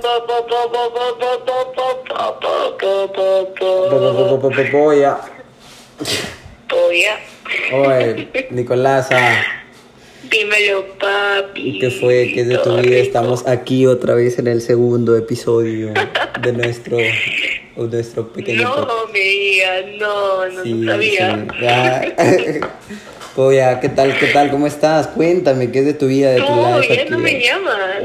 Polla. Polla. Oye, Nicolasa, Dímelo, papi. ¿qué fue? ¿Qué es de tu vida? Estamos aquí otra vez en el segundo episodio de nuestro pequeño podcast. No me digas, no Sí, sabía. sí. Ya. Polla, ¿qué tal? ¿Cómo estás? Cuéntame, ¿qué es de tu vida, de tu No, life ya aquí? no me llamas.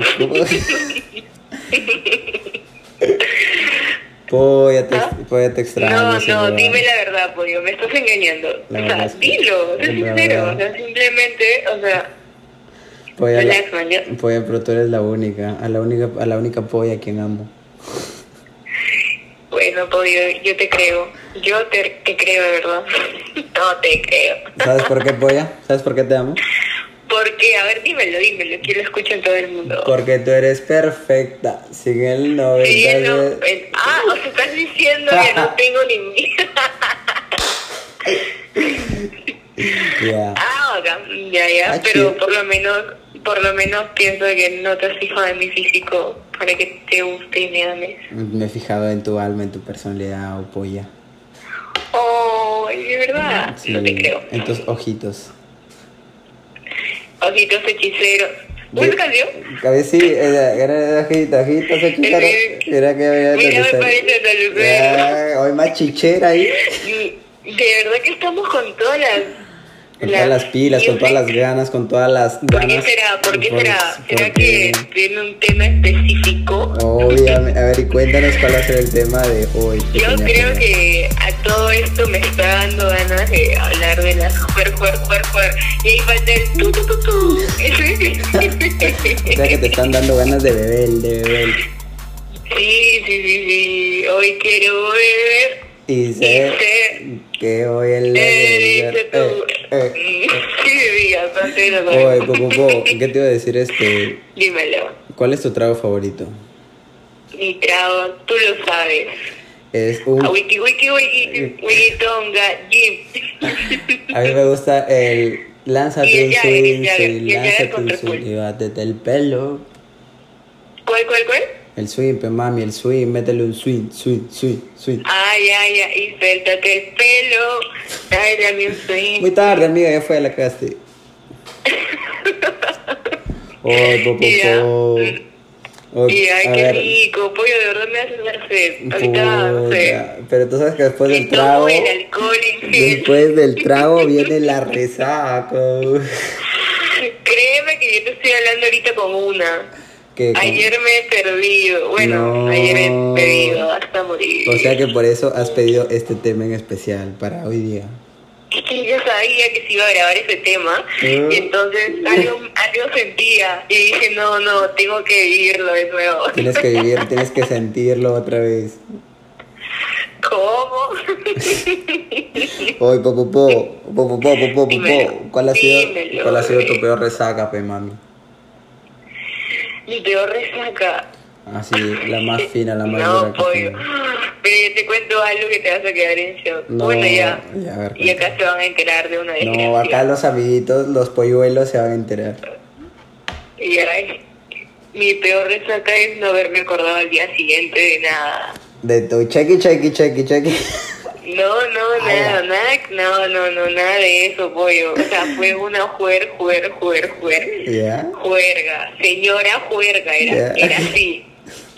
Polla, te extraño, No, señora. dime la verdad, pollo, me estás engañando. La O verdad sea, es que- dilo, sé la sincero. verdad. O sea, simplemente, o sea, Polla, relax, man. Polla, pero tú eres la única, a la única polla a quien amo. Bueno, pollo, yo te creo. Yo te creo, de verdad. No te creo. ¿Sabes por qué, Polla? ¿Sabes por qué te amo? Porque, a ver, dímelo, que lo escuchen todo el mundo. Porque tú eres perfecta. Sin el 90. Sí, no, o sea, estás diciendo que no tengo ni miedo. Ya. Bacán, ya, pero chido. por lo menos pienso que no te has fijado en mi físico para que te guste y me ames. Me he fijado en tu alma, en tu personalidad, oh, Polla. Oh, de verdad, Sí, no te creo. en tus ojitos. Ojitos hechiceros. ¿Una canción? A ver, sí, era ojitos hechiceros. Era que había Mira, me parece tan hoy más chichera ahí. De verdad que estamos con todas Con todas las pilas, con todas las ganas, con todas las ¿Por qué ganas. será? ¿Por qué será? ¿Será porque- que tiene un tema específico? Obviamente. A ver, y cuéntanos cuál va a ser el tema de hoy. Yo pequeña creo Polla. que a todo esto me está dando ganas de hablar de las juer. Y ahí falta el tu. O sea que te están dando ganas de beber. Sí. Hoy quiero beber. Y sé que hoy el Dice tú. Sí, digas, antes no Oye, sabes. Popo, ¿qué te iba a decir? Dímelo. ¿Cuál es tu trago favorito? Mi trago, tú lo sabes. Es un... Wiki tonga, Jim. A mí me gusta el... Lánzate Y el un Jagger, swing, y el Jagger lánzate contra un swing Cool. y bátete el pelo. ¿Cuál? El swing, pe mami, el swing, métele un swing. Ay, y suéltate el pelo. Ay, dame un swing. Muy tarde, amiga, ya fue, la cagaste. Oye, Popo. Y ay, qué rico, pollo, de verdad me hace dar sed. Ahorita, no sé. Pero tú sabes que después del Y tomo trago... el alcohol en gel. Después del trago viene la resaca. Créeme que yo te estoy hablando ahorita con una. ¿Qué? Ayer me he perdido. Bueno, No. ayer he bebido hasta morir. O sea que por eso has pedido este tema en especial para hoy día. Es que yo sabía que se iba a grabar ese tema y entonces algo sentía y dije no, tengo que vivirlo de nuevo. Tienes que vivir, tienes que sentirlo otra vez. ¿Cómo? Oye, Popo. Dímelo, ¿Cuál ha sido dímelo, tu peor resaca, pe mami? Mi peor resaca. Así, la más fina, la más dura No, que pollo. tengo. Pero yo te cuento algo que te vas a quedar en shock. No, Bueno, ya. a ver, Y acá se van a enterar de una desgracia. No, acá los amiguitos, los polluelos se van a enterar. Y ay, mi peor resaca es no haberme acordado al día siguiente de nada. De tu chequi. No, nada de eso, pollo. O sea, fue una juer. ¿Ya? Juerga, señora juerga, era así.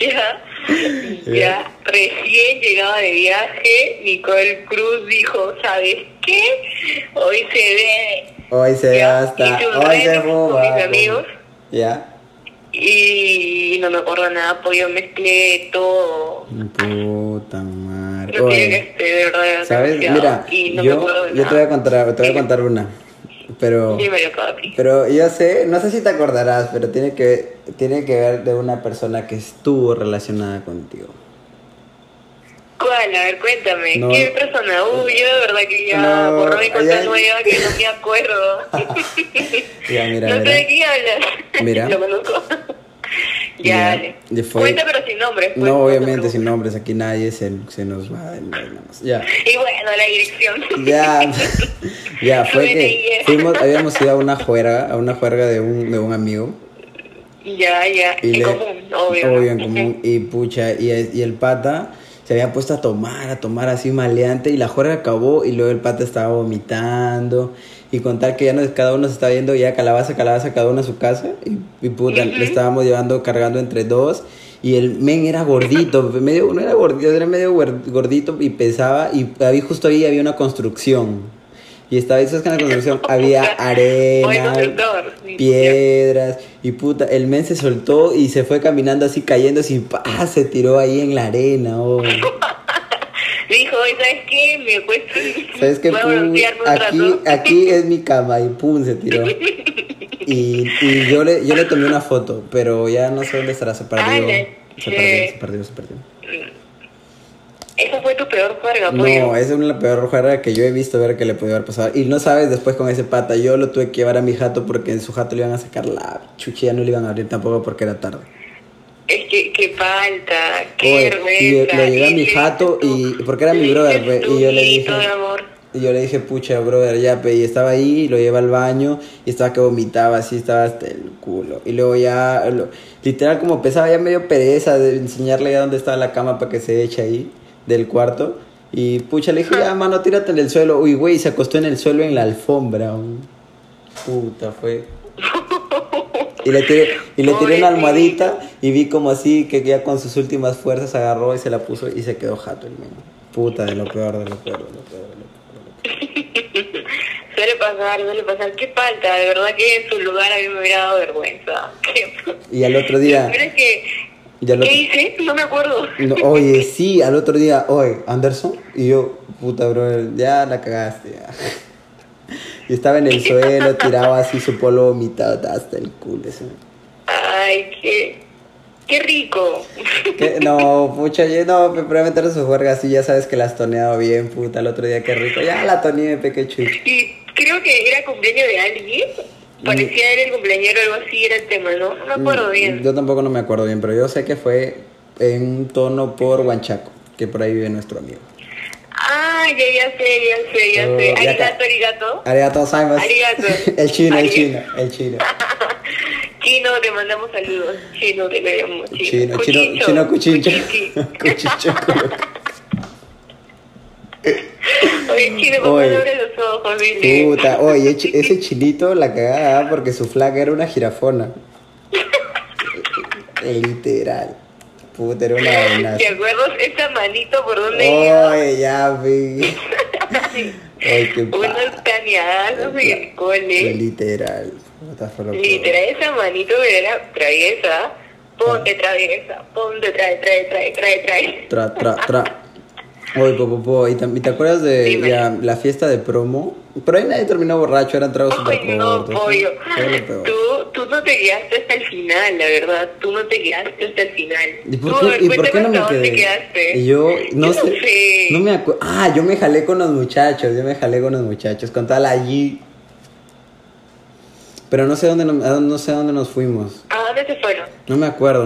Ya, recién llegaba de viaje, Nicole Cruz dijo, ¿sabes qué? Hoy se ve. Hoy se Ya, gasta, hice un hoy se remix fuma. con mis amigos. ¿Ya? Y no me acuerdo nada, pollo, mezclé todo. Puta madre. Lo Oye, que de verdad. ¿sabes? demasiado, Mira, y no me acuerdo de yo te voy a nada. contar una. Pero Dímelo, papi. Pero yo sé, no sé si te acordarás, pero tiene que ver de una persona que estuvo relacionada contigo. ¿Cuál? A ver, cuéntame. No. ¿Qué persona? Yo de verdad que ya No, borró mi cuenta ya- nueva que no me acuerdo. Ya, mira, No sé mira. de quién hablas. Mira. Lo conozco. Ya, Ya, dale. ya fue- Cuenta pero sin nombres. pues, No, te obviamente preocupes. sin nombres, aquí nadie se nos va a nada más. Ya. Y bueno, la dirección. Ya, fue Su que DNI. habíamos ido a una juerga de un amigo. Ya, Y en común, obvio. obvio, en común. Y pucha, y el pata se había puesto a tomar así maleante. Y la juerga acabó. Y luego el pata estaba vomitando. Y contar que ya cada uno se estaba yendo ya calabaza, cada uno a su casa. Y puta, le estábamos llevando, cargando entre dos. Y el men era gordito, no era gordito, era medio gordito y pesaba. Y justo ahí había una construcción. Y estaba eso es que en la construcción había arena, piedras, y puta, el men se soltó y se fue caminando así, cayendo así, se tiró ahí en la arena, oh. Dijo, ¿sabes qué? Me cuesta. ¿Sabes qué? Aquí es mi cama, y pum, se tiró. Y yo le tomé una foto, pero ya no sé dónde estará, se perdió. Se perdió. ¿Esa fue tu peor juerga, pollo? No, esa es la peor juerga que yo he visto ver que le podía haber pasado. Y no sabes, después con ese pata, yo lo tuve que llevar a mi jato porque en su jato le iban a sacar la chuchilla, no le iban a abrir tampoco porque era tarde. Es que, qué falta, qué vergüenza. Y lo llevé a mi jato porque era mi brother, y yo le dije... Y yo le dije, pucha, brother, ya, y estaba ahí, lo llevé al baño, y estaba que vomitaba, así, estaba hasta el culo. Y luego ya, literal, como pesaba ya medio pereza de enseñarle ya dónde estaba la cama para que se eche ahí, del cuarto. Y pucha, le dije, ya, mano, tírate en el suelo. Uy, güey, se acostó en el suelo en la alfombra. Puta, fue... Y le tiré una almohadita y vi como así, que ya con sus últimas fuerzas agarró y se la puso y se quedó jato el men. Puta, de lo peor. Suele pasar. Qué falta, de verdad que en su lugar a mí me hubiera dado vergüenza. Y al otro día... ¿Qué hice? No me acuerdo. No, oye, sí, al otro día, oye, Anderson, y yo, puta, bro, ya la cagaste, ya. Y estaba en el suelo, tiraba así su polo vomitado hasta el culo ese. Ay, qué rico. No, pucha, no, pero meter su juerga así, ya sabes que la has toneado bien, puta, el otro día qué rico. Ya la toneé, pequecho. Y creo que era cumpleaños de alguien. Parecía era el cumpleañero o algo así, era el tema, ¿no? No me acuerdo bien. Yo tampoco no me acuerdo bien, pero yo sé que fue en un tono por Huanchaco, que por ahí vive nuestro amigo. Ah, ya sé. Arigato. Arigato, Simon. El chino. Chino, te mandamos saludos. Chino, te queremos. Chino, cuchincho. Cuchincho. Oye, Chino, ¿cómo abre los ojos, dile? Puta, oye, ese chinito la cagaba porque su flaca era una jirafona. Literal. Puta, era una... ¿Te acuerdas esa manito por dónde iba? Oye, ya, vi. Ay, qué unos cañazos en el cole. Literal. Literal, esa manito era traviesa. Ponte traviesa. Trae. Oye, Popopo, ¿y te acuerdas de la fiesta de promo? Pero ahí nadie terminó borracho, eran tragos súper cortos. No, pollo. Tú no te quedaste hasta el final, la verdad. Tú no te quedaste hasta el final. ¿Y por qué no me quedé? ¿Dónde quedaste? Y yo no sé. No me acuerdo. Yo me jalé con los muchachos. Con toda la G. Pero no sé dónde nos fuimos. ¿A dónde se fueron? No me acuerdo.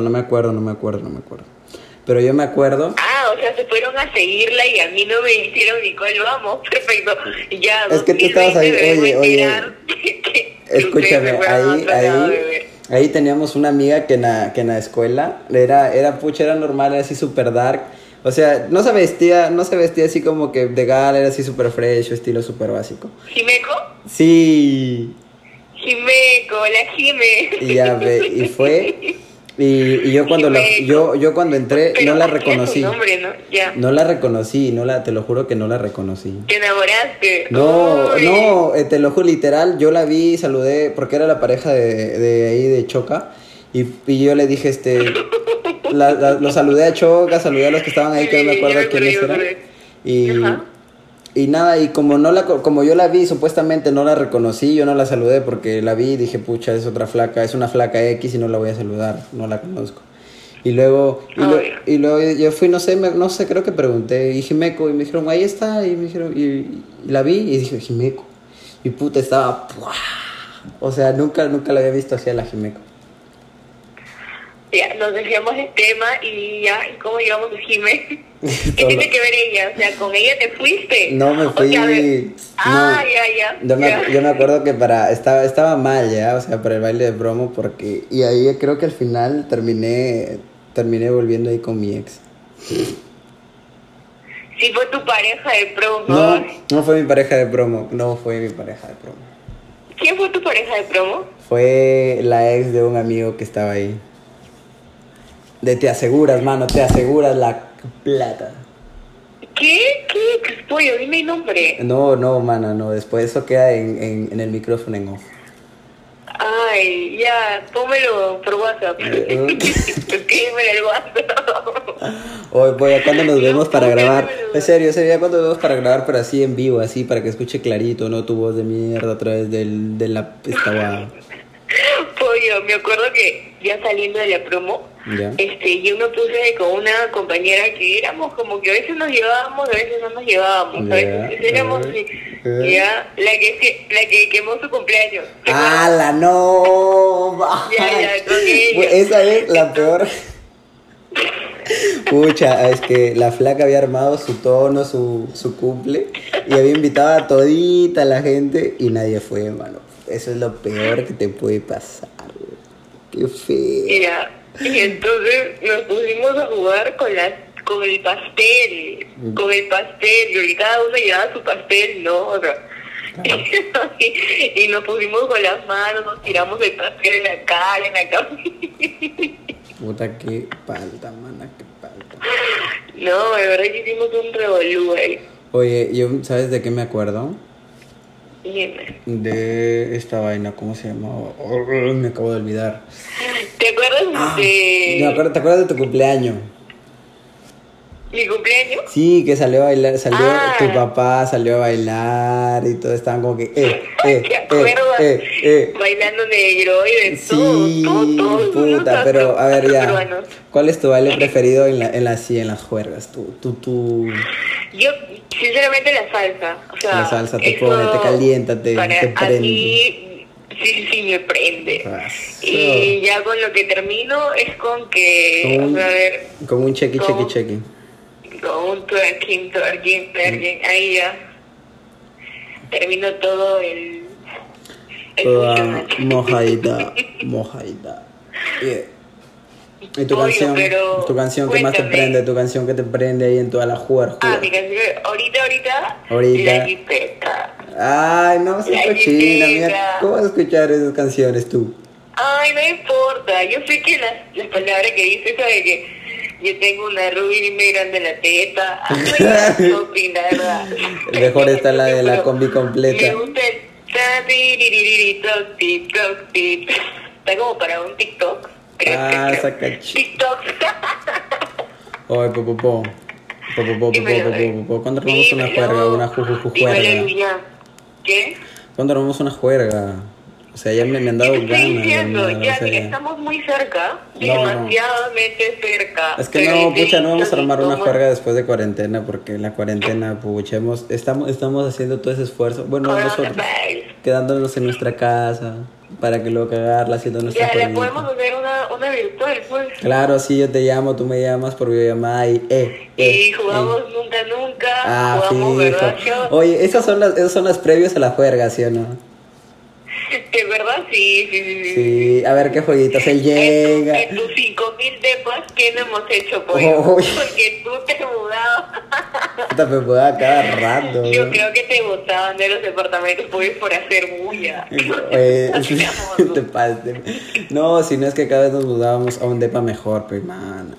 Pero yo me acuerdo. O sea, se fueron a seguirla y a mí no me hicieron ni cuál, vamos, perfecto. Ya, es que tú estabas ahí, oye. Escúchame, ahí teníamos una amiga que en la escuela era normal, era así super dark. O sea, no se vestía así como que de gala, era así super fresh, estilo super básico. ¿Jimeco? Sí. Jimeco, la Jime. Y ya ve, y fue... Y yo cuando entré no la reconocí. Nombre, ¿no? Ya. No la reconocí, te lo juro que no la reconocí. ¿Te enamoraste? No, te lo juro, literal, yo la vi, saludé, porque era la pareja de ahí de Choca, y yo le dije, lo saludé a Choca, saludé a los que estaban ahí, que no me acuerdo quiénes eran, y nada, y como yo la vi, supuestamente no la reconocí, yo no la saludé porque la vi y dije, pucha, es una flaca X y no la voy a saludar, no la conozco. Y luego yo fui, no sé, creo que pregunté, y Jimeco, y me dijeron, ahí está, y me dijeron, y la vi y dije, Jimeco, y puta, estaba, ¡puah! O sea, nunca la había visto así a la Jimeco. Ya, nos desviamos el tema y ya, ¿y cómo llegamos a Jimé? ¿Qué tiene que ver ella? O sea, ¿con ella te fuiste? No me fui. O sea, No, ya. yo me acuerdo que estaba mal ya, o sea, para el baile de promo, porque. Y ahí creo que al final terminé volviendo ahí con mi ex. Sí, fue tu pareja de promo. No fue mi pareja de promo. No fue mi pareja de promo. ¿Quién fue tu pareja de promo? Fue la ex de un amigo que estaba ahí. Te aseguras, mano, te aseguras la plata. ¿Qué pollo? Dime el nombre. No, mana, no. Después eso queda en el micrófono en off. Ay, ya, pónmelo por WhatsApp. Escríbeme el WhatsApp. Oye, ¿cuándo nos vemos para grabar? En serio, ya cuando nos vemos para grabar, pero así en vivo, así, para que escuche clarito, no tu voz de mierda a través de la esta. Pollo, me acuerdo que ya saliendo de la promo, ¿Ya? yo me puse con una compañera que éramos como que a veces nos llevábamos, a veces no nos llevábamos, a veces éramos ya, la que quemó su cumpleaños. ¡Hala, no! Ya, con ella. Esa es la peor. Pucha, es que la flaca había armado su tono, su cumple, y había invitado a todita la gente y nadie fue, mano. Eso es lo peor que te puede pasar, güey. Qué feo. Ya, y entonces nos pusimos a jugar con el pastel, y cada uno llevaba su pastel, ¿no? O sea, y nos pusimos con las manos, nos tiramos el pastel en la cara, en la cabeza. Puta, qué palta, mana, qué palta. No, de verdad que hicimos un revolú ahí. Oye, ¿sabes de qué me acuerdo? Dime. De esta vaina, ¿cómo se llamaba? Me acabo de olvidar. ¿Te acuerdas de ¿Te acuerdas de tu cumpleaños? mi cumpleaños? Sí, que salió a bailar, tu papá salió a bailar y todo, estaban como que, ¿Te acuerdas? Bailando negro y de sí, todo, puta, pero a ver ya, peruanos. ¿cuál es tu baile preferido en las juergas? Yo, sinceramente, la salsa. O sea, la salsa te pone, te calienta, te prende. A mí, sí, me prende. Y ya con lo que termino es con que, a ver... Con un chequi. Con un twerking, ahí ya termino todo el toda mojadita. Yeah. ¿Y tu canción? ¿Tu canción que más te prende? ¿Tu canción que te prende ahí en toda la juerga? Mi canción, ahorita. La jipeta. Ay, no, seas cochina, mira. ¿Cómo vas a escuchar esas canciones tú? Ay, no importa. Yo sé que las palabras que dice, eso de que yo tengo una rubia muy grande en la teta. No, la verdad. Mejor está la de la combi completa. Me gusta el... Está como para un TikTok. Saca TikTok. Oye, popopó. ¿Cuándo armamos una juerga? Una juerga. ¿Qué? ¿Cuándo armamos una juerga? O sea, ya me han dado ganas. Estoy diciendo, ya, mira, estamos muy cerca, demasiadamente cerca. Es que no vamos a armar una juerga después de cuarentena, porque la cuarentena, pucha, estamos haciendo todo ese esfuerzo. Bueno, nosotros, quedándonos en nuestra casa, para que luego cagarla haciendo nuestra juerga. Ya, le podemos hacer una virtual, pues. Claro, sí, yo te llamo, tú me llamas por videollamada y jugamos nunca, jugamos verdad. Oye, esas son las previas a la juerga, ¿sí o no? ¿De verdad? Sí. Sí, a ver qué jueguitos él llega. En tus 5,000 depas, ¿qué no hemos hecho, pollo? Porque tú te mudabas. Te mudaba cada rato. Yo creo que te botaban de los departamentos por hacer bulla. Te pasaste. No, si no es que cada vez nos mudábamos a un depa mejor, pues, mana.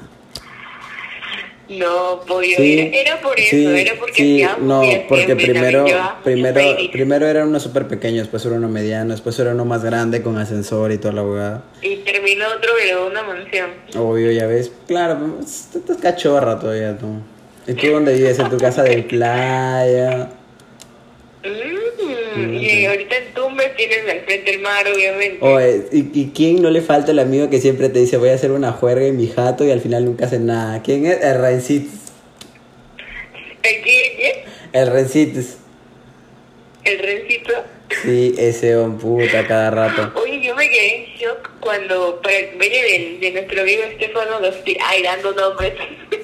No, pollo, era por eso, era porque porque primero era uno súper pequeño, después era uno mediano, después era uno más grande con ascensor y toda la huevada. Y terminó otro, pero una mansión. Obvio, ya ves, claro, estás cachorra todavía tú. ¿Y tú dónde vives? ¿En tu casa de playa? Y ahorita en Tumbes tienes al frente el mar, obviamente. Oye, ¿y quién no le falta el amigo que siempre te dice voy a hacer una juerga en mi jato y al final nunca hace nada? ¿Quién es? El Rencitos. ¿El quién? El Rencitos. ¿El Rencito? Sí, ese puta cada rato. Oye, yo me quedé en shock cuando, para el cumpleaños de nuestro amigo Estefano, lo estoy, ay, dando nombres.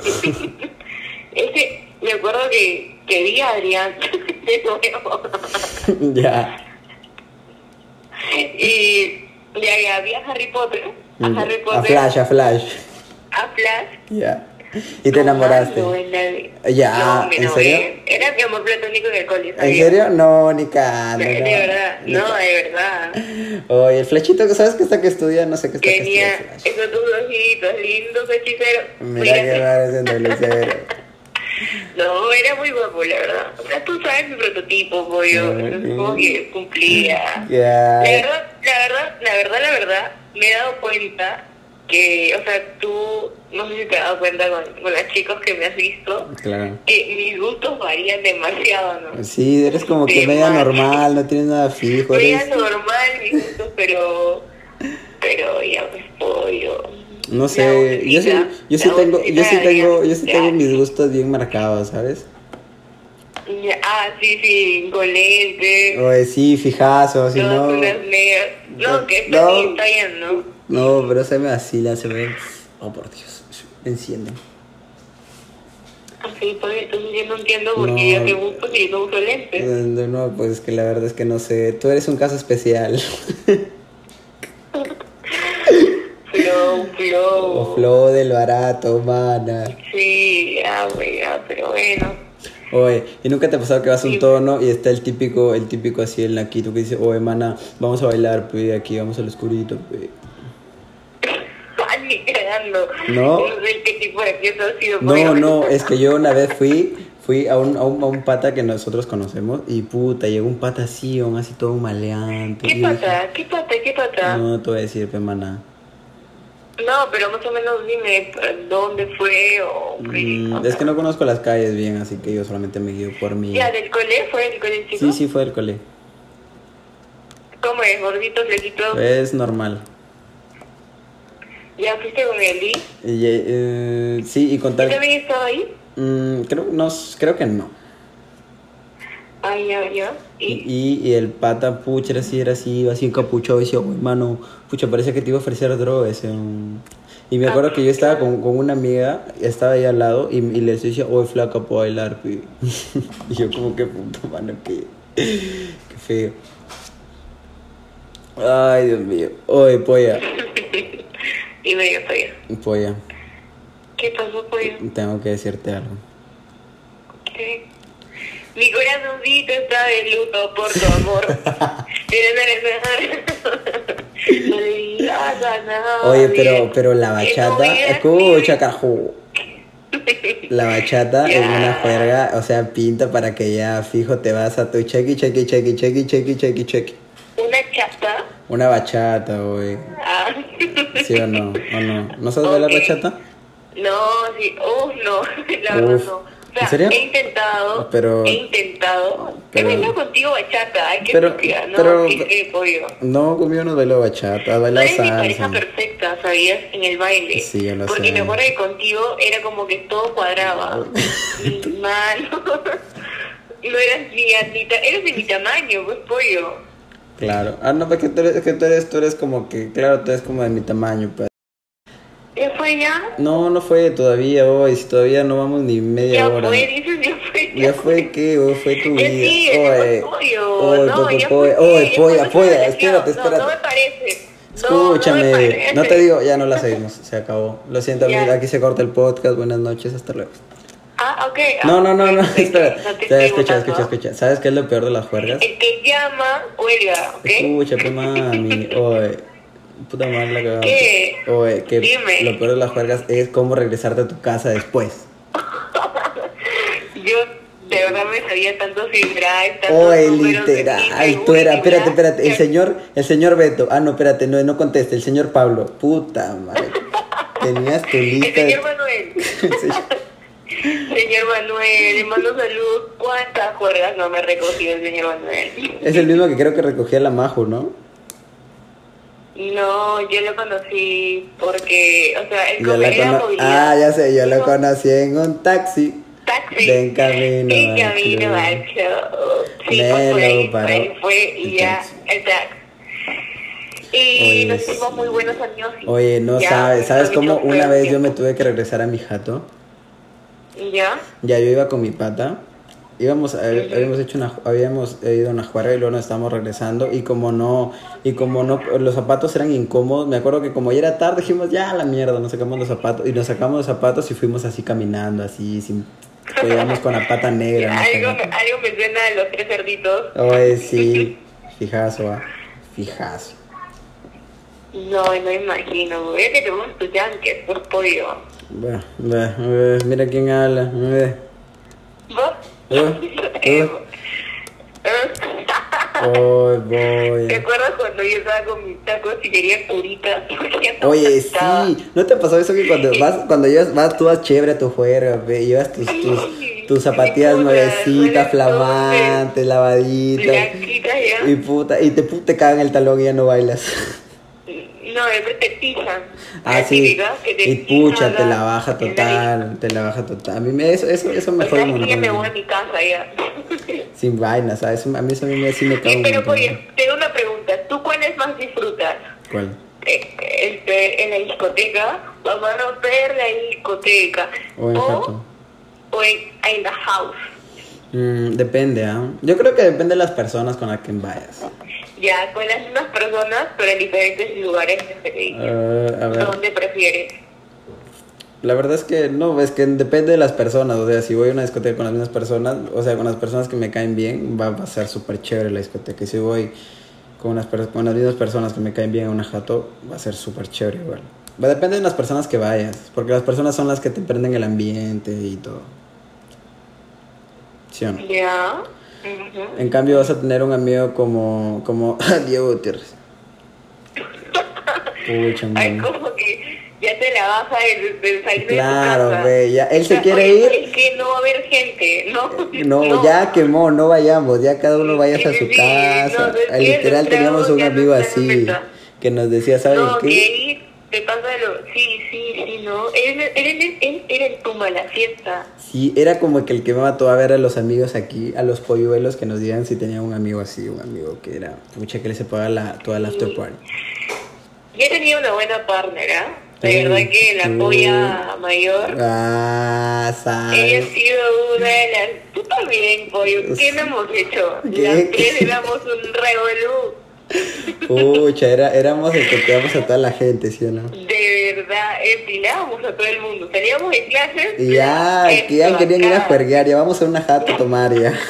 Me acuerdo que vi a Adrián de nuevo. Ya. Y ya vi a Harry Potter. A Harry A Potter. Flash, a Flash. A Flash. Ya. Y te enamoraste. Ya, no, ¿en serio? Era mi amor platónico en el colegio. ¿En serio? No, ni cagando. De verdad, ni no, ca- de verdad. Oye, el flechito, ¿sabes qué está que estudia? No sé qué está que Tenía estudia Flash. esos dos ojitos lindos, hechicero. Mira que parecen Lucero. No, era muy guapo, la verdad. O sea, tú sabes mi prototipo, pollo. Como que cumplía. Ya. La verdad, me he dado cuenta que, o sea, tú, no sé si te has dado cuenta con los chicos que me has visto, Claro. que mis gustos varían demasiado, ¿no? Sí, eres como que media normal, no tienes nada fijo. Media Eres... normal mis gustos, pero ya pues pollo. No La sé, yo sí vocecita tengo mis gustos bien marcados, ¿sabes? Sí, con lentes. Oye, sí, fijazo, si Todas no... unas negras. No, que está bien, ¿no? No, pero se me vacila, se me... Oh, por Dios, me encienden. Así, pues, entonces yo no entiendo por qué No. yo te busco si yo no uso lentes. No, pues es que la verdad es que no sé, tú eres un caso especial. Flow. O flow del barato, mana. Sí, güey, pero bueno. Oye, ¿y nunca te ha pasado que vas a un Sí. tono y está el típico así, el naquito que dice, oye, mana, vamos a bailar, pues, aquí vamos al oscurito, pues? Ay, ni cagando. ¿No? No sé qué tipo de fiesta ha sido. No, es que yo una vez fui a un pata que nosotros conocemos y puta, llegó un pata así, aún así todo maleante. ¿Qué y yo dije, pata? ¿Qué pata? no te voy a decir, pe, mana. No, pero más o menos dime dónde fue o qué. Es que no conozco las calles bien, así que yo solamente me guío por mi... Ya, ¿del cole? ¿Fue del cole, chico? Sí, fue del cole. ¿Cómo es? ¿Gordito, flequito? Es normal. ¿Ya fuiste con Eli? Sí, y ¿Yo contar... también estaba ahí? Creo que no. Ya. Y el pata, pucha, era así, iba así encapuchado y decía, "Uy, hermano, pucha, parece que te iba a ofrecer droga ese". Y me acuerdo que yo estaba con una amiga, estaba ahí al lado, y le decía, oye, flaca, puedo bailar, pi. Y yo como que puto, mano, qué feo. Ay, Dios mío. Oye, polla, Dime yo. polla, ¿Qué pasó, pollo? tengo que decirte algo. ¿Qué? Mi corazoncito está de luto por tu amor. No le digas a nadie. Oye, pero la que no bachata, digas escucha, carajo. La bachata Ya. es una juerga, o sea, pinta para que ya fijo te vas a tu chequi. ¿Una chata? Una bachata, güey. Ah. ¿Sí o no? ¿O no? ¿No sabes bailar Ok. bachata? No, sí. No. La verdad Uf. no. O sea, ¿En serio? he intentado. Pero- He intentado. pero- He bailado contigo bachata. Ay, qué pero- estúpida. No, pero- qué pollo. No, conmigo no bailo bachata, Tú bailo eres mi pareja salsa. perfecta, ¿sabías? En el baile. Sí, yo lo Porque sé. me acuerdo que contigo era como que todo cuadraba. Mano. No eras eres de mi tamaño, pues pollo. Claro. Ah, no, porque tú eres como que, claro, tú eres como de mi tamaño, pues. ¿Ya fue ya? No fue todavía hoy, si todavía no vamos ni media Ya hora. fue, dices, ya fue. ¿Ya fue qué? ¿O fue tu Ya vida? sí, ese fue pollo. Oye, No, ya polla, fue. oye, ya polla, fue polla, relación. espérate. No me parece. Escúchame, No me parece. no te digo, ya no la seguimos, se acabó. Lo siento, Ya. aquí se corta el podcast, buenas noches, hasta luego. Ok. No, perfecto. espera, No te estoy escucha. votando. ¿Sabes qué es lo peor de las juergas? El que llama, huelga, ¿ok? Escúchame, mami, oye, puta madre la cagada. ¿Qué? Oye, que Dime. lo peor de las juergas es cómo regresarte a tu casa después. Yo de verdad me sabía tantos drive, tantos Oye, números de literal, mi tú eras, seguridad. espérate, el señor Beto, no, espérate, no conteste, el señor Pablo, puta madre, tenías tu El lista señor Manuel. Señor Manuel, le mando salud. ¿Cuántas juergas no me recogió el señor Manuel? Es el mismo que creo que recogía la Majo, ¿no? No, yo lo conocí porque, o sea, él Yo la era cono- movilidad. ya sé, yo lo Dijo, conocí en un taxi. Taxi. De en camino En al camino club. al club. Sí, Me pues lo por paró ahí fue y el ya, taxi. el taxi. Y Oye, nos hicimos muy buenos amigos. oye, no Ya, sabes cómo bonito una fue vez el yo me tiempo. tuve que regresar a mi jato. ¿Ya? Ya yo iba con mi pata. Habíamos Ujú. hecho habíamos ido a una juerga y luego nos estábamos regresando y como no, los zapatos eran incómodos, me acuerdo que como ya era tarde dijimos ya a la mierda, nos sacamos los zapatos y nos sacamos los zapatos y fuimos así caminando, así, sin, pues íbamos con la pata negra, nos cagamos. Algo me suena a los tres cerditos. Oye, sí, fijazo, fijazo. No, no imagino. Es que tenemos estudiantes, pues pollo. Mira quién habla. ¿Vos? Eh, Eh, eh. Voy, ¿Te voy. acuerdas cuando yo estaba con mis tacos y quería puritas? Porque ya no Oye, estaba. sí, ¿no te pasó eso que cuando llevas, vas tú vas chévere a tu juerga, ve, y llevas tus Mi zapatillas puta, nuevecitas, salen todos de flamantes, lavaditas, blanquitas y ya. puta, te cagan el talón y ya no bailas? No, después te pisan. Ah, La sí, típica que te y pisan pucha, te la acá baja en la disco. total, te la baja total. A mí eso me O jode sea, un es que ya me montón. voy a mi casa ya. Sin vainas, ¿sabes? A mí eso sí me caga un Pero montón. oye, tengo una pregunta. ¿Tú cuáles más disfrutas? ¿Cuál? En la discoteca, vamos a romper la discoteca. O en jato. O en the house. Depende, ¿ah? Yo creo que depende de las personas con las que vayas. Ya, con las mismas personas, pero en diferentes lugares diferentes. A ver, ¿Dónde prefieres? la verdad es que no, es que depende de las personas. O sea, si voy a una discoteca con las mismas personas, o sea, con las personas que me caen bien, va a ser súper chévere la discoteca. Y si voy con las mismas personas que me caen bien a una jato, va a ser súper chévere igual. Va a depender de las personas que vayas, porque las personas son las que te prenden el ambiente y todo. ¿Sí o no? Ya. Ujú. En cambio vas a tener un amigo como Diego Gutiérrez. Pucha, Ay, man. como que ya te la baja del salir de tu Claro, casa. güey, ya él O se sea, quiere oye, ir. es que no va a haber gente, ¿no? No, ya quemó, no vayamos, ya cada uno vaya a su Sí, casa. no, es que Literal los teníamos tragos un ya no amigo están en así venta. que nos decía, ¿saben No, que qué? ahí te pasa lo... Sí, no. Él era el tumba la fiesta. Sí, era como que el que me mató a ver a los amigos aquí, a los polluelos que nos digan si tenía un amigo así, un amigo que era, pucha, que le se paga toda la after party. Yo tenía una buena partner, ¿ah? De verdad que la polla mayor, Ah, ella ha sabes. sido una de las... Tú también, pollo. ¿Qué no hemos hecho? ¿Qué? Las tres éramos un revolú. Pucha, éramos el que quedamos a toda la gente, ¿sí o no? De verdad, empinábamos a todo el mundo. Salíamos de clases. Y ya, que ya esto querían ir a acá. juerguear, ya vamos a una jata a tomar ya.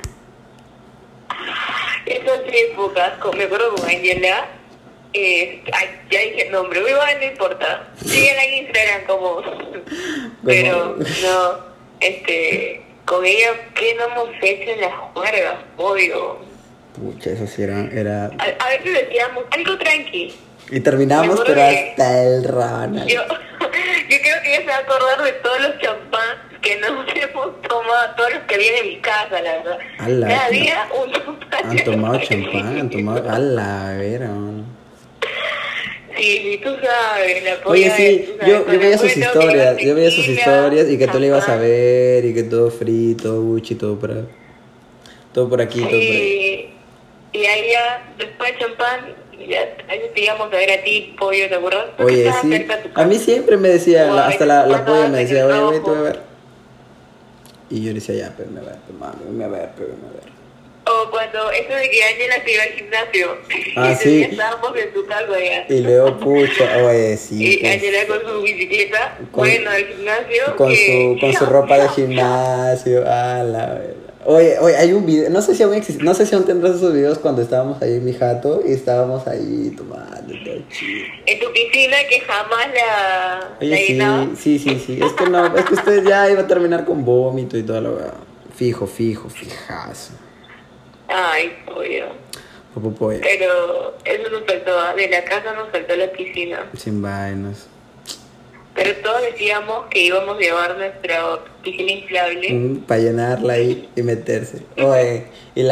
Esas épocas, me acuerdo con Angela, ya dije el nombre, igual no importa. Síguela en Instagram como... Pero no, con ella, ¿qué no hemos hecho en las juergas? Obvio. Pucha, eso sí era... A veces decíamos algo tranqui. Y terminamos, Me pero acuerdo que hasta el Ronald. yo creo que ella se va a acordar de todos los champán que nos hemos tomado, todos los que vienen en mi casa, la verdad. Ala, Cada no. día un champán. Han tomado champán, han tomado... A la vera, mano. Sí, tú sabes, la polla Oye, sí, tú sabes, yo con veía el sus bueno, historias, que yo veía sus tequila, historias y que tú le ibas a champán. ver y que todo frito, Gucci, todo por aquí, todo por ahí. Y ahí ya, después de champán, ya ahí te íbamos a ver a ti, pollo, ¿te acuerdas? Porque Oye, estabas sí, cerca de tu a casa. mí siempre me decía, Guay, hasta la estabas polla me en decía, el oye, güey, te voy a rojo. ver. Y yo decía, ya, pero me va a ver, pues, mami, me va a ver, pero me va a ver. O cuando eso de que Ángela se iba al gimnasio. Ah, y ese sí. día estábamos en tu casa ya. Y luego, pucha, oye, sí, Y pues, Ángela con su bicicleta, Con- bueno, al gimnasio. con su ropa de gimnasio, a la verdad. Oye, hay un video, no sé si aún existe, no sé si aún tendrás esos videos cuando estábamos ahí en mi jato y estábamos ahí tomando todo chido. En tu piscina que jamás la Oye, llenaba. sí. Es que no, es que usted ya iba a terminar con vómito y toda la verdad. Fijazo. Ay, pollo. Popopoya. Pero eso nos faltó, ¿ah? De la casa nos faltó la piscina. Sin vainas. Pero todos decíamos que íbamos a llevar nuestra piscina inflable. Para llenarla ahí y meterse. Oye,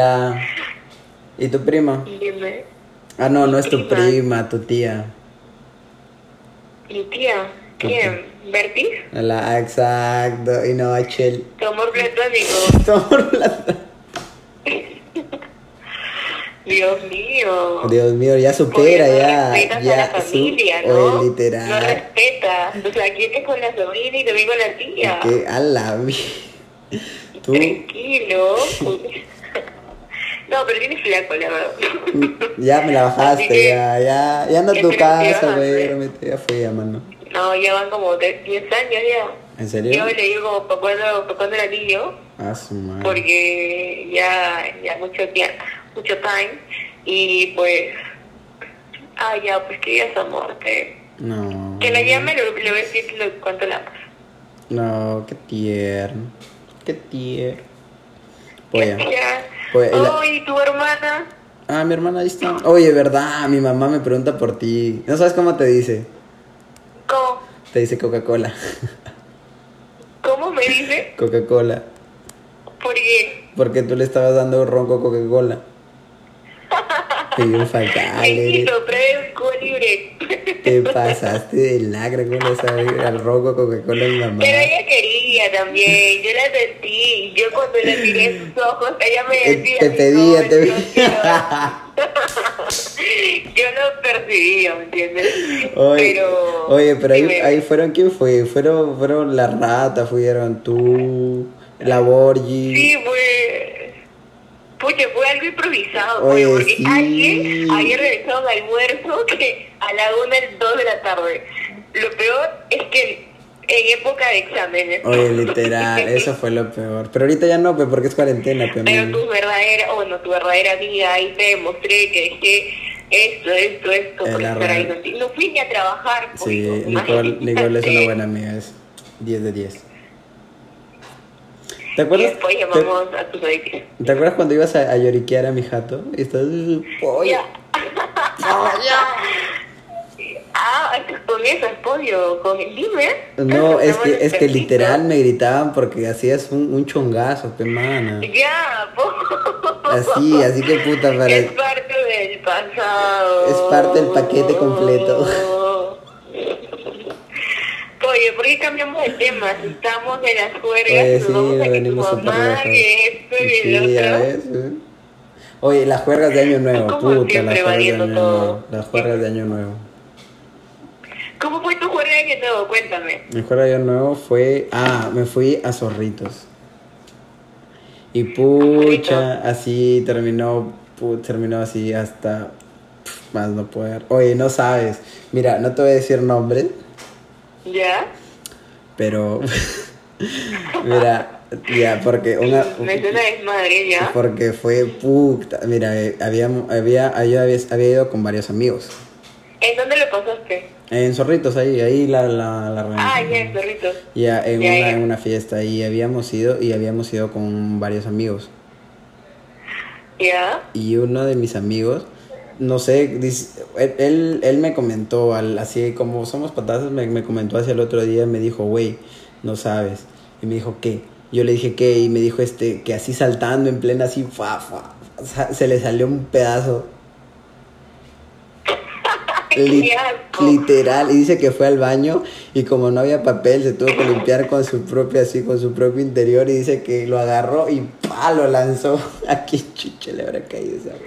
¿y tu prima? Dime, Ah, no es tu Prima. prima, tu tía. mi tía, ¿quién? ¿Bertis? Exacto, y no Chel. Tu amor platónico. Tomar plata. Dios mío. Dios mío, ya Porque supera, no ya. respetas a Ya, la familia, oye, ¿no? No literal. respetas. O sea, ¿quién es con la sobrina y también con la tía? Que a la tú, Tranquilo. No, pero tienes flaco, la verdad. ya me la Así bajaste, que, ya no es tu entre casa, que güey, vas, ya fui, ya, mano. no, ya van como 10 años ya. ¿En serio? Yo le digo para cuando era niño, Ah, su madre. porque ya mucho tiempo, mucho time, y pues, ya, pues que ya es amor, No. que la llame, le voy a decir cuánto la amas. No, qué tierno. Qué tierno. Ya, Oye, ya. oye, ¿Y tu hermana? ah, mi hermana ahí está. Oye, verdad, mi mamá me pregunta por ti. ¿No sabes cómo te dice? ¿Cómo? Te dice Coca-Cola. ¿Cómo me dice? Coca-Cola. ¿Por qué? Porque tú le estabas dando ronco a Coca-Cola. Y un fatal, eres. Benito, trae un cubo libre. Te pasaste de lacra con esa al ronco Coca-Cola de mi mamá. Pero ella quería también, yo la sentí. Yo cuando le miré en sus ojos, ella me decía. Te pedía, te "No, pedía. Yo lo percibía, ¿me entiendes? Oye, pero dime. ahí fueron, ¿quién fue? Fueron la rata, fueron tú, la Borgi. Sí, fue algo improvisado, Oye, porque sí. ayer realizó un almuerzo que a la 2 de la tarde. Lo peor es que en época de exámenes. Oye, literal, eso fue lo peor. Pero ahorita ya no, pues, porque es cuarentena, pues. Pero tu verdadera amiga, ahí te demostré que dejé esto, por la estar ahí real. contigo. No fui ni a trabajar. Sí, Nicole es una buena amiga, es 10 de 10. ¿Te Y acuerdas? después llamamos a tus edificios. ¿Te acuerdas cuando ibas a lloriquear a mi jato? Y estás, pollo. Ya. Con eso es pollo, dime. No, es que literal me gritaban porque hacías un chongazo, pe mana. Ya, Así que puta para. Es parte del pasado. Es parte del paquete completo. Oye, ¿por qué cambiamos de tema? Si estamos en las juergas, Oye, nos sí, vamos a que tu venimos súper mamá, lejos. que esto y Sí, el ya otro. ves, ¿eh? Oye, las juergas de Año Nuevo, Como puta, siempre, las juergas de valiendo Año todo. Nuevo. Las juergas de Año Nuevo. ¿Cómo fue tu juerga de Año Nuevo? Cuéntame. Mi juerga de Año Nuevo fue. Me fui a Zorritos. Y pucha, así terminó así hasta más no poder. Oye, no sabes. Mira, no te voy a decir nombre, ¿Ya? pero mira, ya, porque Me suena desmadre, ¿ya? porque fue puta. Mira, yo había ido con varios amigos. ¿En dónde lo pasaste? En Zorritos, ahí la reunión. Ya, en Zorritos. Ya, en Ya. una fiesta. Y habíamos ido con varios amigos. ¿Ya? Y uno de mis amigos, no sé, él me comentó, así como somos patazos, me comentó hacia el otro día, me dijo, güey, no sabes. Y me dijo, ¿qué? Yo le dije, ¿qué? Y me dijo, que así saltando en plena, así, se le salió un pedazo. ¡Qué asco! Literal, y dice que fue al baño y como no había papel se tuvo que limpiar con su propio interior y dice que lo agarró y lo lanzó. ¿A qué chucha le habrá caído esa?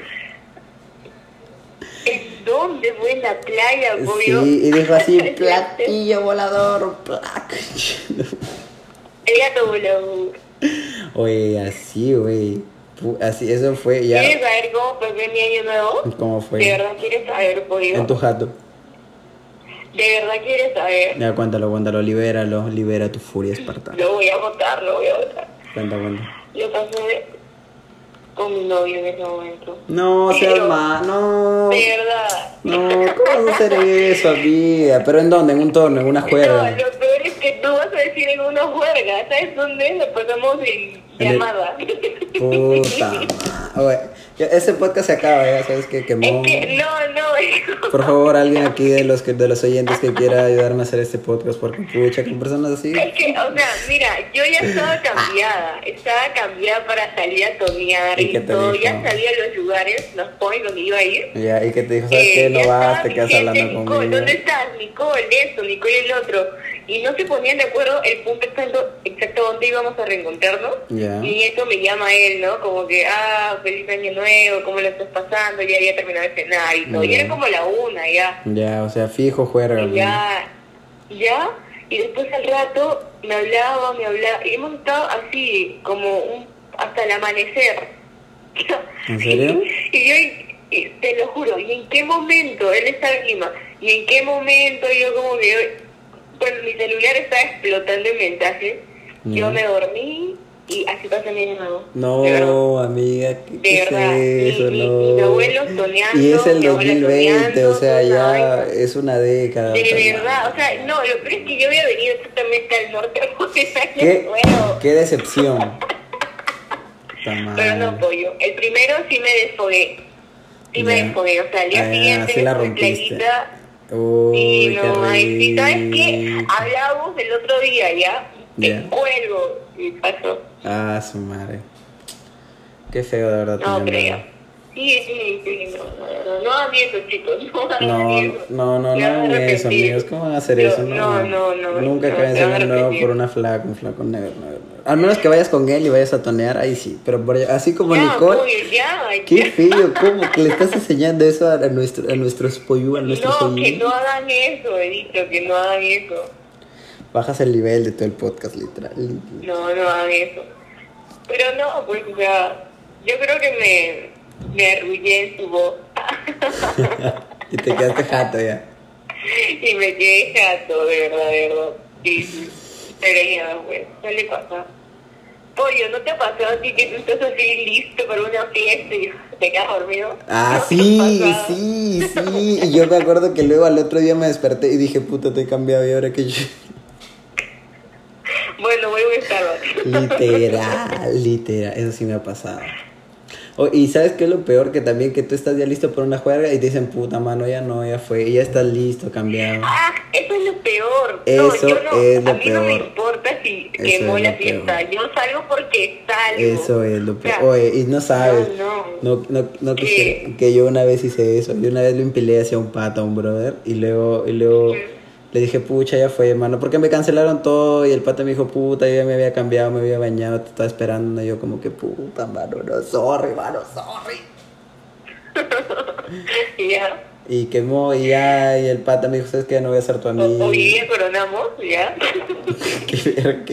¿En dónde fue? ¿En la playa, pollo? Sí, y dijo así, platillo volador, plac. El gato volador. Oye, así, güey. Así, eso fue ya. ¿Quieres saber cómo pasé mi año nuevo? ¿Cómo fue? ¿De verdad quieres saber, pollo? En tu jato. ¿De verdad quieres saber? Ya, cuéntalo, libera tu furia espartana. Lo voy a votar. Cuenta. Yo pasé con mi novio en ese momento. No, seas más, no. De verdad. No, ¿cómo vas a hacer eso, amiga? ¿Pero en dónde? ¿En un torneo? ¿En una juerga? No, lo peor es que tú vas a decir en una juerga. ¿Sabes dónde? Lo pasamos en llamada. Puta madre. Ese podcast se acaba, ya sabes que quemó. Es que, no. Por favor, alguien aquí de los oyentes que quiera ayudarme a hacer este podcast, porque pucha, con personas así. Es que, o sea, mira, yo ya estaba cambiada para salir a tonear ¿Y y qué te todo, dijo? ya sabía los lugares, los points donde iba a ir. Ya, ¿y qué te dijo? ¿Sabes qué? No ya vas, estaba te mi quedas gente, hablando Nicole, conmigo. ¿dónde estás? Nicole, Nicole el otro. y no se ponían de acuerdo el punto exacto donde íbamos a reencontrarnos. Ya. Y eso me llama él, ¿no? Como que, feliz año nuevo, ¿cómo lo estás pasando? Ya había terminado de cenar y todo. Y era como la 1 ya. Ya, o sea, fijo juega. Y ya, y después al rato me hablaba, y hemos estado así, como hasta el amanecer. ¿En serio? Y yo, te lo juro, ¿y en qué momento? Él está en Lima, ¿y en qué momento yo como que, bueno, mi celular estaba explotando en mensajes, yo me dormí y así pasó mi nuevo. No, amiga, ¿qué de verdad, es eso? No. mi abuelo soñando. Y es el mi abuela 2020, soñando, o sea, ya vaina. es una década. De verdad, o sea, no, lo peor es que yo había venido exactamente al norte porque es año ¿Qué, nuevo. qué decepción. Pero no, pollo. El primero sí me desfogué. Sí me desfogué, o sea, al día siguiente sí la con rompiste. playita. Uy, Y qué no, ay, sí, ¿sabes qué? rico. Hablamos el otro día, ¿ya? Ya. Te cuelgo. Y pasó. Su madre. Qué feo, de verdad. No, tu pero llamada. ya. Sí, no hagan eso, chicos, no hagan eso. No Se van a hagan eso, arrepentir. amigos. ¿Cómo van a hacer Yo- eso? no, Nunca no, acaben se van a de nuevo arrepentir. por una flaca, un flaco, never. Al menos que vayas con él y vayas a tonear, ahí sí. Pero así como Ya, Nicole, pues, ya. qué feo, ¿cómo? Que le estás enseñando eso a nuestros pollo, a nuestros No, que oyentes. no hagan eso, he dicho, que no hagan eso. Bajas el nivel de todo el podcast, literal. No hagan eso. Pero no, pues, o sea, yo creo que me arrullé en su voz. Y te quedaste jato ya. Y me quedé chato, de verdad. Sí. Pero ya, pues, no le pasa. Pollo, ¿no te ha pasado a ti que tú estás así listo para una fiesta y te quedas dormido? ¿No te Sí. ha pasado? Y yo me acuerdo que luego al otro día me desperté y dije, puta, te he cambiado y ahora que yo... Bueno, voy a estar. Literal, eso sí me ha pasado. Y ¿sabes qué es lo peor? Que también que tú estás ya listo para una juerga y te dicen, puta, mano, ya no, ya fue, ya estás listo, cambiado. Eso es lo peor. Eso yo no, es lo a mí no me peor. importa si Eso quemó es la lo fiesta. peor. Yo salgo porque salgo. Eso es lo O sea, peor. Oye, y no sabes, no. no ¿Qué? quisiera que yo una vez hice eso. Yo una vez lo empilé hacia un pata, a un brother, y luego le dije, pucha, ya fue, hermano, porque me cancelaron todo y el pata me dijo, puta, yo ya me había cambiado, me había bañado, te estaba esperando. Y yo como que, puta, mano, no, sorry. Ya. Y quemó y ya, y el pata me dijo, ¿sabes qué? No voy a ser tu amigo. Hoy día coronamos, ya. Qué verga.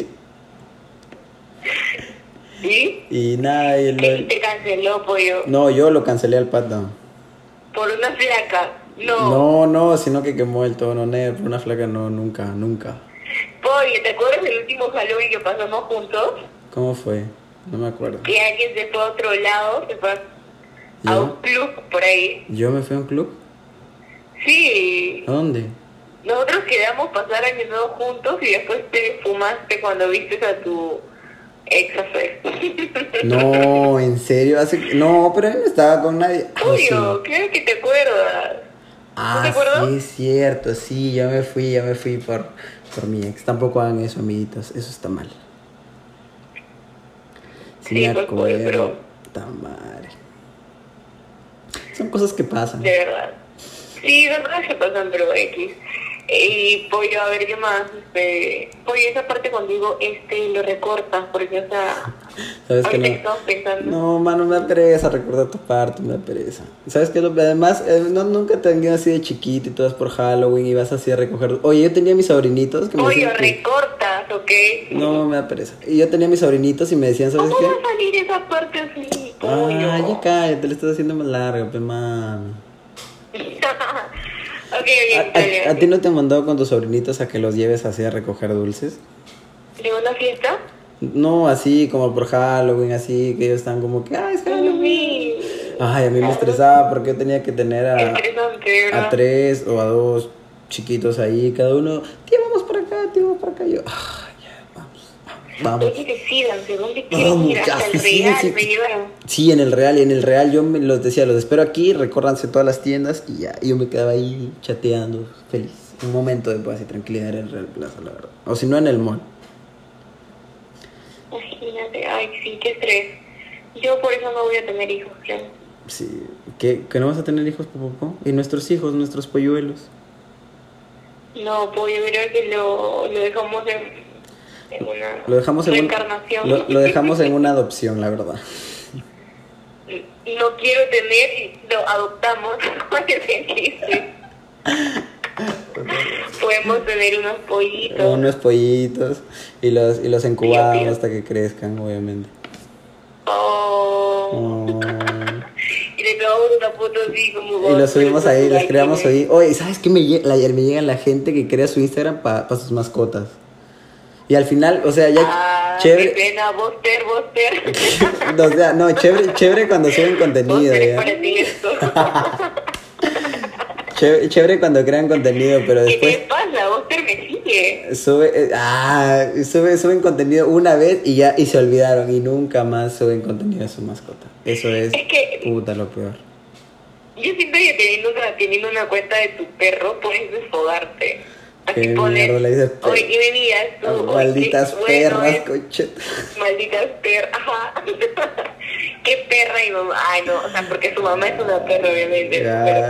¿Sí? Y nada, y Te canceló, pollo. No, yo lo cancelé al pata. Por una flaca. No. No, sino que quemó el tono negro, por una flaca no, nunca. Pollo, ¿te acuerdas del último Halloween que pasamos juntos? ¿Cómo fue? No me acuerdo. Que alguien se fue a otro lado, se fue a ¿Yo? un club por ahí. ¿Yo me fui a un club? Sí. ¿A dónde? Nosotros quedamos pasar año nuevo juntos y después te fumaste cuando vistes a tu ex. No, ¿en serio? No, pero él no estaba con nadie. Pollo, claro que te acuerdas. ¿No te acuerdas? Sí, es cierto, sí, ya me fui por mi ex. Tampoco hagan eso, amiguitos, eso está mal. Sí, Sí, me pues, acuerdo. pero- Puta madre. Son cosas que pasan. De verdad. Sí, de verdad se pasan, pero X. Y pollo, a ver qué más. Pollo, esa parte contigo, lo recortas, porque, o sea, ¿Sabes que ahorita no? que estamos pensando. No, mano, me da pereza recordar tu parte, me da pereza. ¿Sabes qué? Además, nunca te han ido así de chiquito y todas por Halloween y vas así a recoger. Oye, yo tenía mis sobrinitos que me Pollo, decían que... recortas, ¿ok? No, me da pereza. Y yo tenía mis sobrinitos y me decían, ¿sabes ¿Cómo qué? va a salir esa parte así, pollo? Ay, ya cállate, le estás haciendo más larga, pe mami. Ok, ¿A ti no te han mandado con tus sobrinitos a que los lleves así a recoger dulces? ¿De una fiesta? No, así como por Halloween, así que ellos están como que, ay, es Halloween. Ay, a mí me estresaba porque yo tenía que tener Interesante, a ¿verdad? 3 o a 2 chiquitos ahí, cada uno, tío, vamos por acá, tío, vamos por acá. Yo, ya, vamos. Oye, decídanse, ¿dónde quieren Vamos, ir? ya, Hasta el sí, Real, sí. me llevaron. Sí, en el Real yo los decía, los espero aquí, recórranse todas las tiendas y ya, y yo me quedaba ahí chateando, feliz. Un momento de paz y tranquilidad en el Real Plaza, la verdad. O si no, en el mall. Imagínate, ay, sí, qué estrés. Yo por eso no voy a tener hijos, claro. Sí, que no vas a tener hijos, Popopo. Y nuestros hijos, nuestros polluelos. No, pues yo creo que lo dejamos en una Lo dejamos en reencarnación. lo dejamos en una adopción, la verdad. No quiero tener y lo adoptamos. Ese chiste. Podemos tener unos pollitos. Unos pollitos y los incubamos Pío. hasta que crezcan, obviamente. Oh. Oh. Y le tomamos una foto así como... Y los subimos ahí, los creamos ahí. ahí. Oye, ¿sabes qué? Ayer me llega la gente que crea su Instagram para sus mascotas. Y al final, o sea, ya Qué chévere. pena, Buster. O sea, no, chévere cuando suben contenido. Buster es Ya. para ti esto. Chévere cuando crean contenido, pero ¿Qué te después pasa? Buster me sigue. suben contenido una vez y se olvidaron y nunca más suben contenido de su mascota. Eso es Es que puta lo peor. yo siento que teniendo una cuenta de tu perro puedes desfogarte. Así Qué pones, mierda le dices, oye, ¿qué bebías tú? Oye, malditas bueno, perras, concheta. malditas perras, ajá. ¿Qué perra y mamá? Ay, no, o sea, porque su mamá es una perra, obviamente.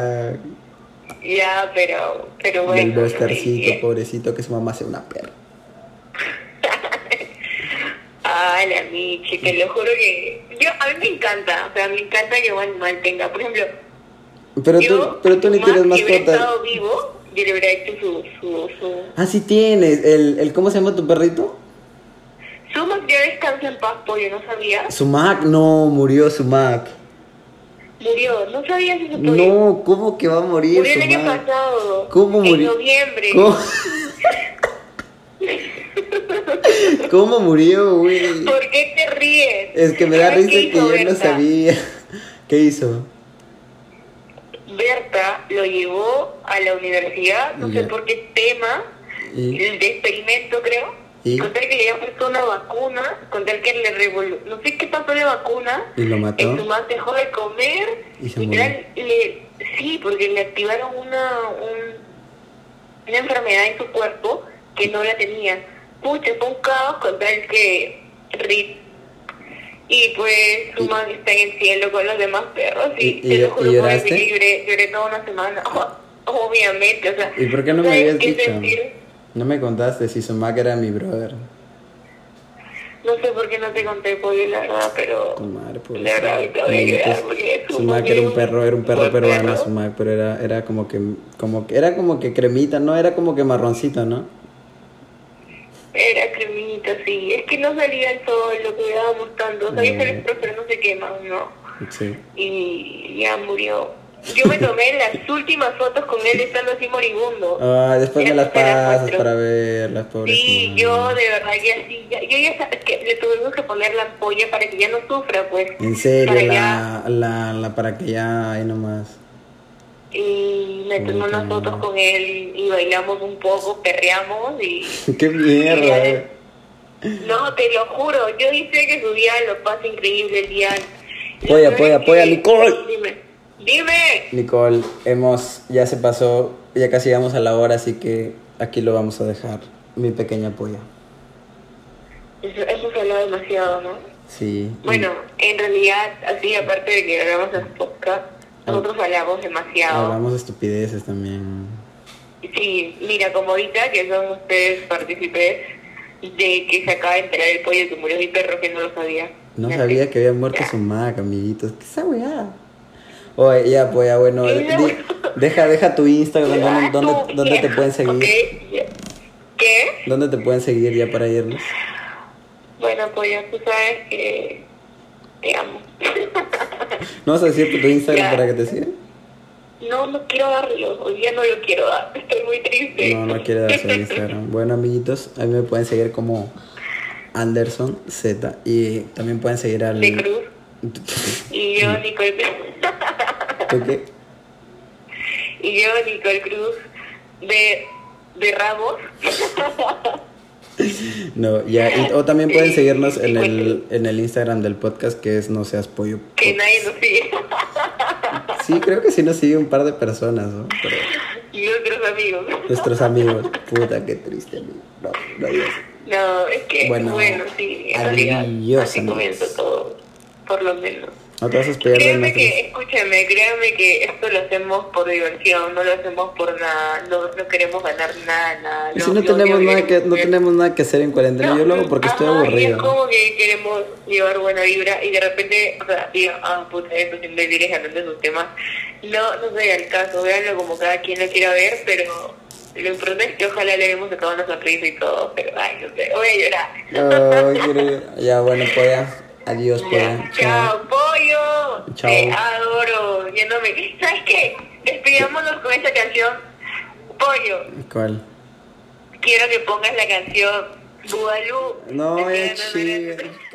Ya, Pero bueno. del Bustercito, sí. pobrecito, que su mamá sea una perra. Ay, la Michi, te lo juro que... A mí me encanta, o sea, me encanta que un animal tenga, por ejemplo... Pero tú ni tienes Si hubiera mascota. estado vivo, yo le hubiera hecho su... Ah, sí tienes. ¿Cómo se llama tu perrito? Sumac ya descansa en paz, pollo, ¿no sabías? Sumac, no, murió Sumac. Murió, ¿no sabías eso, pollo? No, ¿cómo que va a morir Murió el año Sumac? pasado. ¿Cómo En murió? noviembre. ¿Cómo? ¿Cómo murió, güey? ¿Por qué te ríes? Es que me da ¿Sabes risa qué que hizo yo no Berta? sabía. ¿Qué hizo? Berta lo llevó a la universidad, no sé Ya. por qué tema, ¿Y? el de experimento creo, ¿Y? con tal que le habían puesto una vacuna, con tal que no sé qué pasó de vacuna, ¿Y lo mató? su mamá dejó de comer, Y se literal, sí, porque le activaron una enfermedad en su cuerpo que no la tenía. Pucha, fue un caos con tal que RIP. Y pues su mamá está en el cielo con los demás perros y te lo juro, lloraste? que lloré toda una semana. Obviamente, o sea. ¿Y por qué no me ¿sabes habías qué dicho? sentir? No me contaste si Sumac era mi brother. No sé por qué no te conté, pollo, la verdad, pero... Tu madre, por la verdad, ahorita voy a llorar porque Sumac era un perro buen peruano, perro. Sumac, pero era como que cremita, no era como que marroncito, ¿no? Era cremita, sí. Es que no salía el sol, lo cuidábamos tanto. Sabía que el profe no se quema, ¿no? Sí. Y ya murió. Yo me tomé las últimas fotos con él estando así moribundo. Ah, después me Era las que las pasas muestro. para verlas, pobres. Sí, yo de verdad que así, yo ya sabes que le tuvimos que poner la ampolla para que ya no sufra, pues. En serio, Para ya, para que ya ahí nomás. y me tomé Puta unas fotos madre. con él y bailamos un poco, perreamos y... ¡Qué mierda! No, te lo juro, yo hice que su día lo pase increíble el día. Apoya, Nicole. Dime. Nicole, ya se pasó, ya casi llegamos a la hora, así que aquí lo vamos a dejar. Mi pequeña polla. Eso se habla demasiado, ¿no? Sí. Bueno, en realidad, así aparte de que grabamos el podcast, nosotros hablamos demasiado. Hablamos de estupideces también. Sí, mira, como ahorita que son ustedes partícipes de que se acaba de enterar el pollo que murió mi perro, que no lo sabía. No Ya sabía sé. que había muerto Ya. Sumac, amiguitos. ¿Qué esa weá? Oye, ya, pues, ya, bueno. Esa weá. Deja tu Instagram, Ah, ¿dónde te pueden seguir? Ok, ya. ¿Qué? ¿Dónde te pueden seguir ya para irnos? Bueno, pues ya tú sabes que te amo. ¿No vas a decir tu Instagram Ya. para que te sigan? No quiero darlo, hoy día no lo quiero dar, estoy muy triste. No quiere dar su Instagram. Bueno, amiguitos, a mí me pueden seguir como Anderson Z. Y también pueden seguir al... De Cruz. Y yo, Nicole ¿Tú qué? Y yo, Nicole Cruz, de Ramos. No, ya. O también pueden seguirnos en el Instagram del podcast, que es No Seas Pollo. Que nadie nos sigue. Sí, creo que sí nos sigue un par de personas, ¿no? Pero Y nuestros amigos. nuestros amigos. Puta, qué triste, amigo. No digas. No, es que, Bueno, bueno sí, en realidad, adiós, así amigos. comienza todo, por lo menos. No te vas a esperar de una feliz. Escúchame, créanme que esto lo hacemos por diversión, no lo hacemos por nada, no queremos ganar nada. Y si no tenemos nada que hacer en cuarentena, yo lo hago porque estoy aburrido. Y es como que queremos llevar buena vibra y de repente, o sea, digo, puta, esto siempre diré ganando sus temas. No sé al caso, véanlo como cada quien lo quiera ver, pero lo importante es que ojalá le demos sacado una sonrisa y todo, pero ay, no sé, voy a llorar. Ay, quiero llorar. Ya, bueno, pues adiós, pues. Chao, pollo. Chao. Te adoro. ¿Sabes qué? Despidámonos con esta canción. Pollo. ¿Cuál? Quiero que pongas la canción Bugalú. No, es chido.